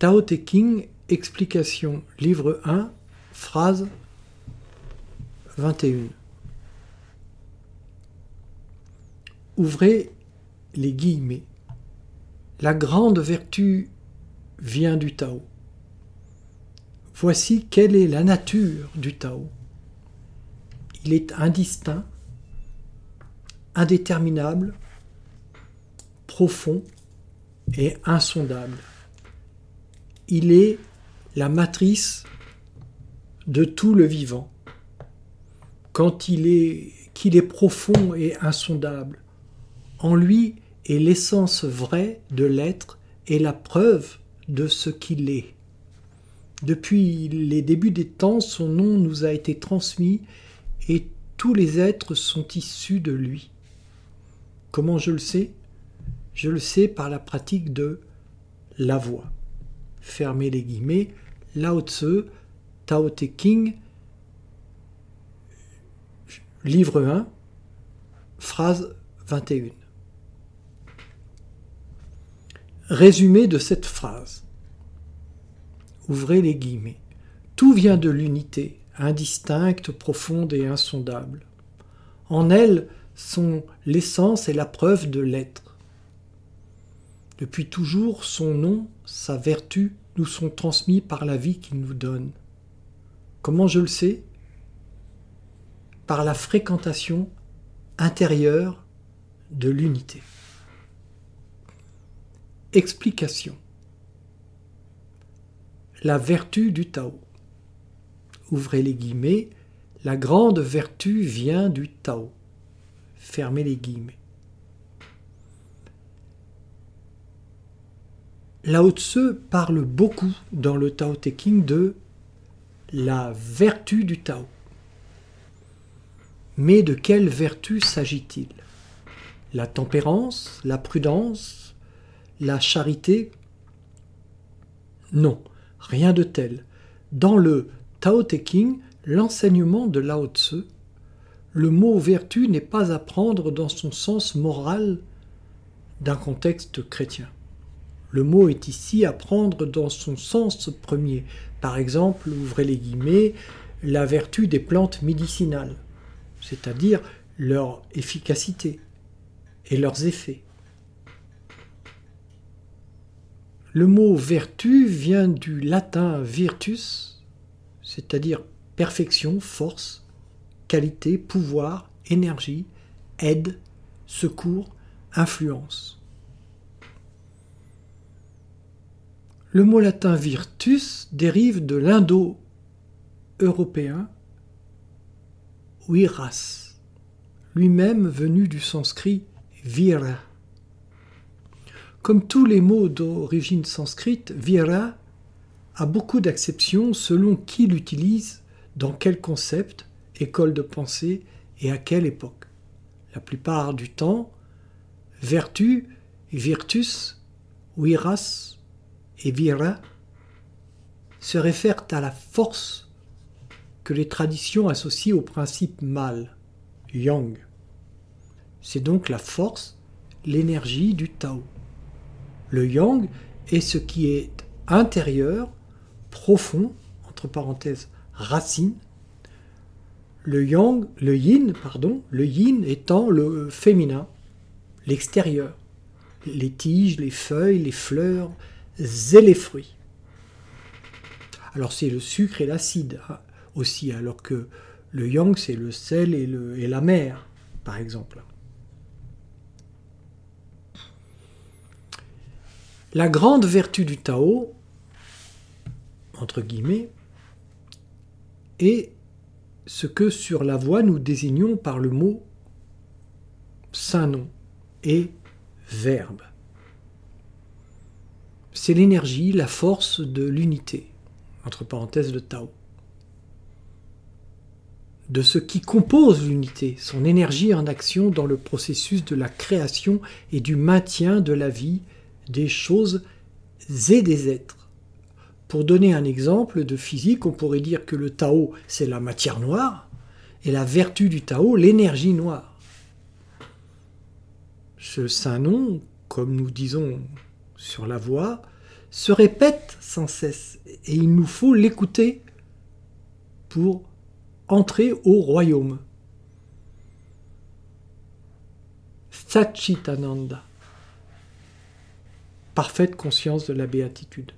Tao Te Ching, explication, livre 1, phrase 21. Ouvrez les guillemets. La grande vertu vient du Tao. Voici quelle est la nature du Tao. Il est indistinct, indéterminable, profond et insondable. Il est la matrice de tout le vivant. Qu'il est profond et insondable, en lui est l'essence vraie de l'être et la preuve de ce qu'il est. Depuis les débuts des temps, son nom nous a été transmis et tous les êtres sont issus de lui. Comment je le sais ? Je le sais par la pratique de la voix. Fermez les guillemets, Lao Tzu, Tao Te Ching, livre 1, phrase 21. Résumé de cette phrase. Ouvrez les guillemets. Tout vient de l'unité, indistincte, profonde et insondable. En elle sont l'essence et la preuve de l'être. Depuis toujours, son nom, sa vertu nous sont transmis par la vie qu'il nous donne. Comment je le sais ? Par la fréquentation intérieure de l'unité. Explication. La vertu du Tao. Ouvrez les guillemets. La grande vertu vient du Tao. Fermez les guillemets. Lao Tzu parle beaucoup dans le Tao Te Ching de la vertu du Tao. Mais de quelle vertu s'agit-il ? La tempérance, la prudence, la charité ? Non, rien de tel. Dans le Tao Te Ching, l'enseignement de Lao Tzu, le mot vertu n'est pas à prendre dans son sens moral d'un contexte chrétien. Le mot est ici à prendre dans son sens premier. Par exemple, ouvrez les guillemets, la vertu des plantes médicinales, c'est-à-dire leur efficacité et leurs effets. Le mot vertu vient du latin virtus, c'est-à-dire perfection, force, qualité, pouvoir, énergie, aide, secours, influence. Le mot latin virtus dérive de l'indo-européen viras, lui-même venu du sanskrit vira. Comme tous les mots d'origine sanskrite, vira a beaucoup d'acceptions selon qui l'utilise, dans quel concept, école de pensée et à quelle époque. La plupart du temps, vertu, virtus, viras et vira se réfèrent à la force que les traditions associent au principe mâle, yang. C'est donc la force, l'énergie du Tao. Le yang est ce qui est intérieur, profond, entre parenthèses, racine. Le yin étant le féminin, l'extérieur, les tiges, les feuilles, les fleurs et les fruits. Alors c'est le sucre et l'acide aussi, alors que le yang c'est le sel et la mer, par exemple. La grande vertu du Tao, entre guillemets, est ce que sur la voie nous désignons par le mot saint nom et verbe. C'est l'énergie, la force de l'unité, entre parenthèses le Tao. De ce qui compose l'unité, son énergie en action dans le processus de la création et du maintien de la vie, des choses et des êtres. Pour donner un exemple de physique, on pourrait dire que le Tao, c'est la matière noire, et la vertu du Tao, l'énergie noire. Ce saint nom, comme nous disons sur la voie, se répète sans cesse et il nous faut l'écouter pour entrer au royaume. Satchitananda, parfaite conscience de la béatitude.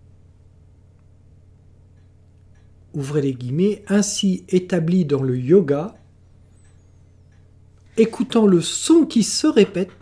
Ouvrez les guillemets, ainsi établi dans le yoga, écoutant le son qui se répète,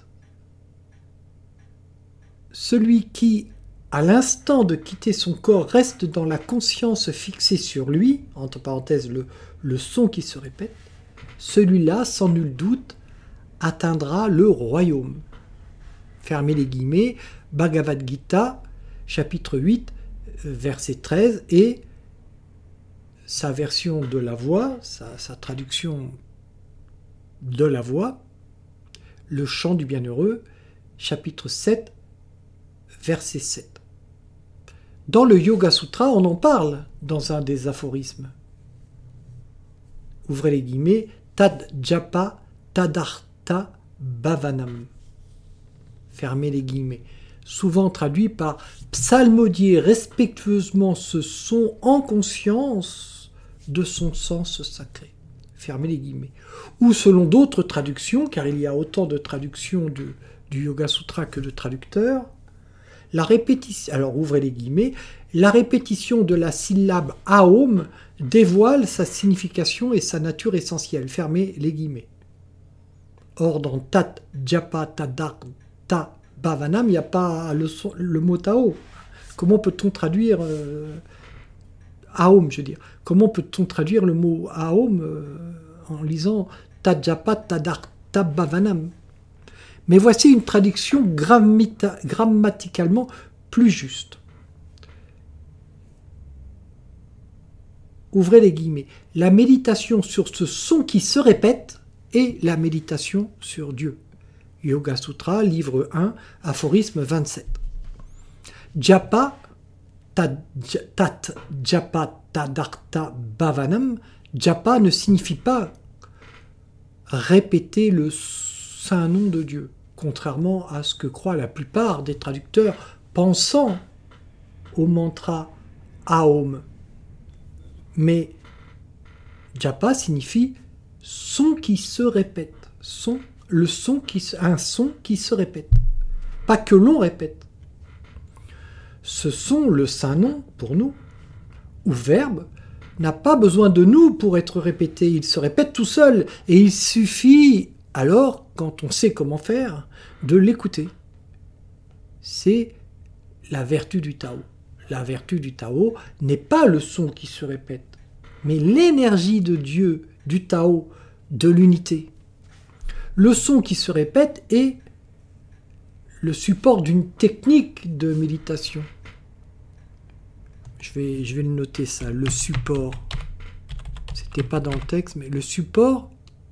celui qui, à l'instant de quitter son corps, reste dans la conscience fixée sur lui, entre parenthèses le son qui se répète, celui-là, sans nul doute, atteindra le royaume. Fermez les guillemets, Bhagavad Gita, chapitre 8, verset 13, et sa version de la voix, sa traduction de la voix, le chant du bienheureux, chapitre 7, verset 7. Dans le Yoga Sutra, on en parle dans un des aphorismes. Ouvrez les guillemets, Tad Japa Tadartha Bhavanam. Fermez les guillemets. Souvent traduit par psalmodier respectueusement ce son en conscience de son sens sacré. Fermez les guillemets. Ou selon d'autres traductions, car il y a autant de traductions du Yoga Sutra que de traducteurs, la répétition, alors ouvrez les guillemets, la répétition de la syllabe Aum dévoile sa signification et sa nature essentielle. Fermez les guillemets. Or, dans Tat Japa Tadartha Bhavanam, il n'y a pas le mot Tao. Comment peut-on traduire Aum, je veux dire. Comment peut-on traduire le mot Aum en lisant Tat Japa Tadartha Bhavanam? Mais voici une traduction grammaticalement plus juste. Ouvrez les guillemets. La méditation sur ce son qui se répète est la méditation sur Dieu. Yoga Sutra, livre 1, aphorisme 27. Japa, tat japa tadartha bhavanam, japa ne signifie pas répéter le saint nom de Dieu, contrairement à ce que croient la plupart des traducteurs pensant au mantra Aum. Mais japa signifie son qui se répète, un son qui se répète, pas que l'on répète. Ce son, le saint nom, pour nous, ou verbe, n'a pas besoin de nous pour être répété, il se répète tout seul, et il suffit alors, quand on sait comment faire, de l'écouter. C'est la vertu du Tao. La vertu du Tao n'est pas le son qui se répète, mais l'énergie de Dieu, du Tao, de l'unité. Le son qui se répète est le support d'une technique de méditation. Je vais le noter ça, le support. C'était pas dans le texte, mais le support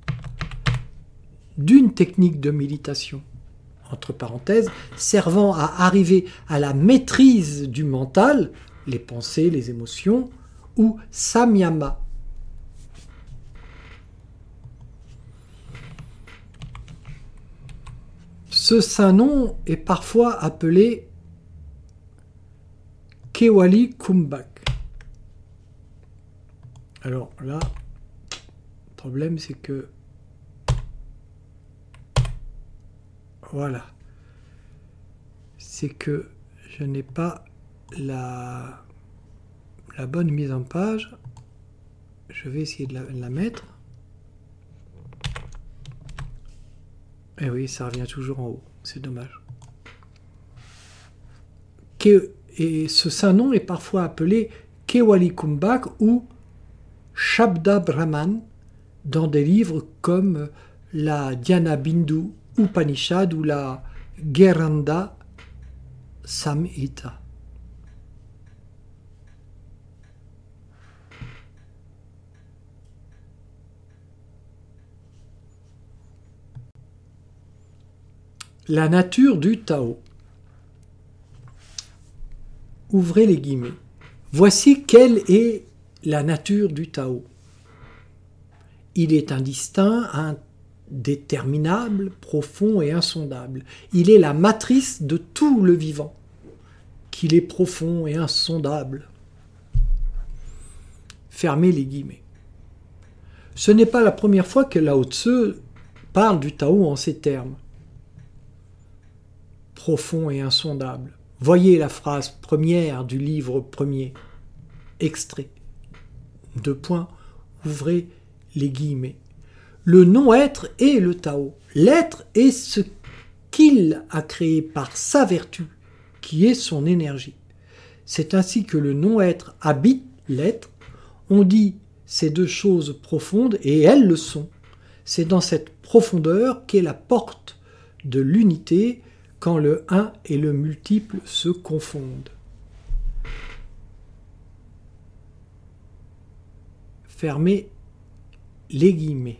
d'une technique de méditation, entre parenthèses, servant à arriver à la maîtrise du mental, les pensées, les émotions, ou samyama. Ce saint nom est parfois appelé Kewali Kumbhak. Alors là, le problème c'est que voilà, c'est que je n'ai pas la bonne mise en page. Je vais essayer de la mettre. Et oui, ça revient toujours en haut. C'est dommage. Et ce saint nom est parfois appelé Kewali Kumbhak ou Shabda Brahman dans des livres comme la Dhyana Bindu Upanishad ou la Gheranda Samhita. La nature du Tao. Ouvrez les guillemets. Voici quelle est la nature du Tao. Il est indistinct, indéterminable, profond et insondable. Il est la matrice de tout le vivant. qu'il est profond et insondable. Fermez les guillemets. Ce n'est pas la première fois que Lao Tzu parle du Tao en ces termes. Profond et insondable. Voyez la phrase première du livre premier. Extrait. Deux points, ouvrez les guillemets. Le non-être est le Tao. L'être est ce qu'il a créé par sa vertu, qui est son énergie. C'est ainsi que le non-être habite l'être. On dit ces deux choses profondes, et elles le sont. C'est dans cette profondeur qu'est la porte de l'unité, quand le un et le multiple se confondent. Fermez les guillemets.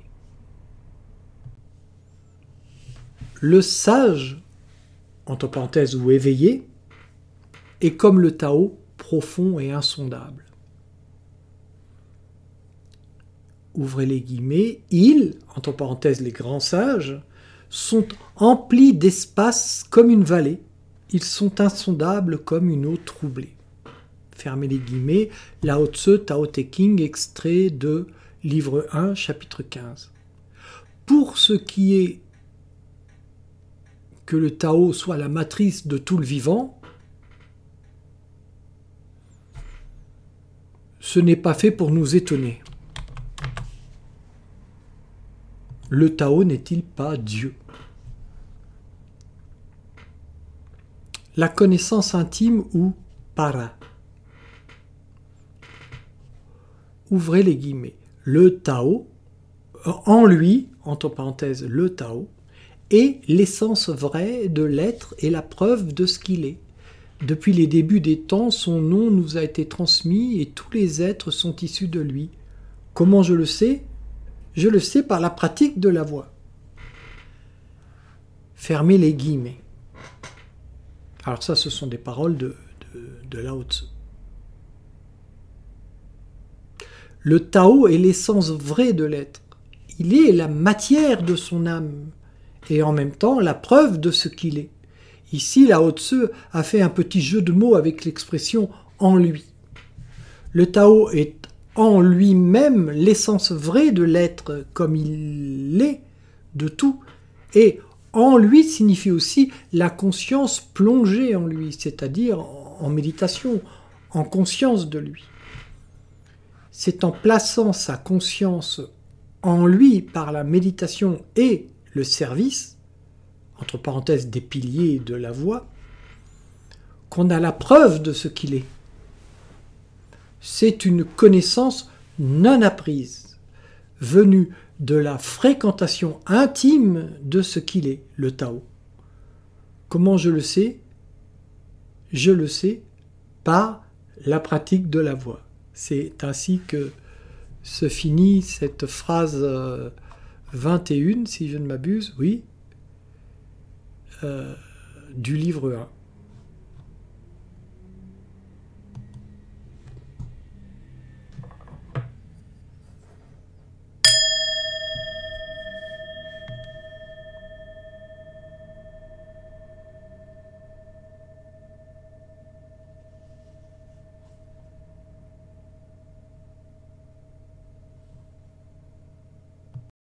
Le sage, entre parenthèses ou éveillé, est comme le Tao, profond et insondable. Ouvrez les guillemets, ils, entre parenthèses les grands sages, sont emplis d'espace comme une vallée, ils sont insondables comme une eau troublée. Fermez les guillemets, Lao Tzu, Tao Te Ching, extrait de livre 1, chapitre 15. Pour ce qui est que le Tao soit la matrice de tout le vivant, ce n'est pas fait pour nous étonner. Le Tao n'est-il pas Dieu? La connaissance intime ou para. Ouvrez les guillemets. Le Tao, en lui, entre parenthèses, le Tao, est l'essence vraie de l'être et la preuve de ce qu'il est. Depuis les débuts des temps, son nom nous a été transmis et tous les êtres sont issus de lui. Comment je le sais? Je le sais par la pratique de la voix. Fermez les guillemets. Alors ça, ce sont des paroles de Lao Tzu. Le Tao est l'essence vraie de l'être. Il est la matière de son âme et en même temps la preuve de ce qu'il est. Ici, Lao Tzu a fait un petit jeu de mots avec l'expression « en lui ». Le Tao est en lui-même l'essence vraie de l'être comme il est de tout. Et en lui signifie aussi la conscience plongée en lui, c'est-à-dire en méditation, en conscience de lui. C'est en plaçant sa conscience en lui par la méditation et le service, entre parenthèses des piliers de la voie, qu'on a la preuve de ce qu'il est. C'est une connaissance non apprise, venue de la fréquentation intime de ce qu'il est, le Tao. Comment je le sais? Je le sais par la pratique de la voix. C'est ainsi que se finit cette phrase 21, si je ne m'abuse, oui, du livre 1.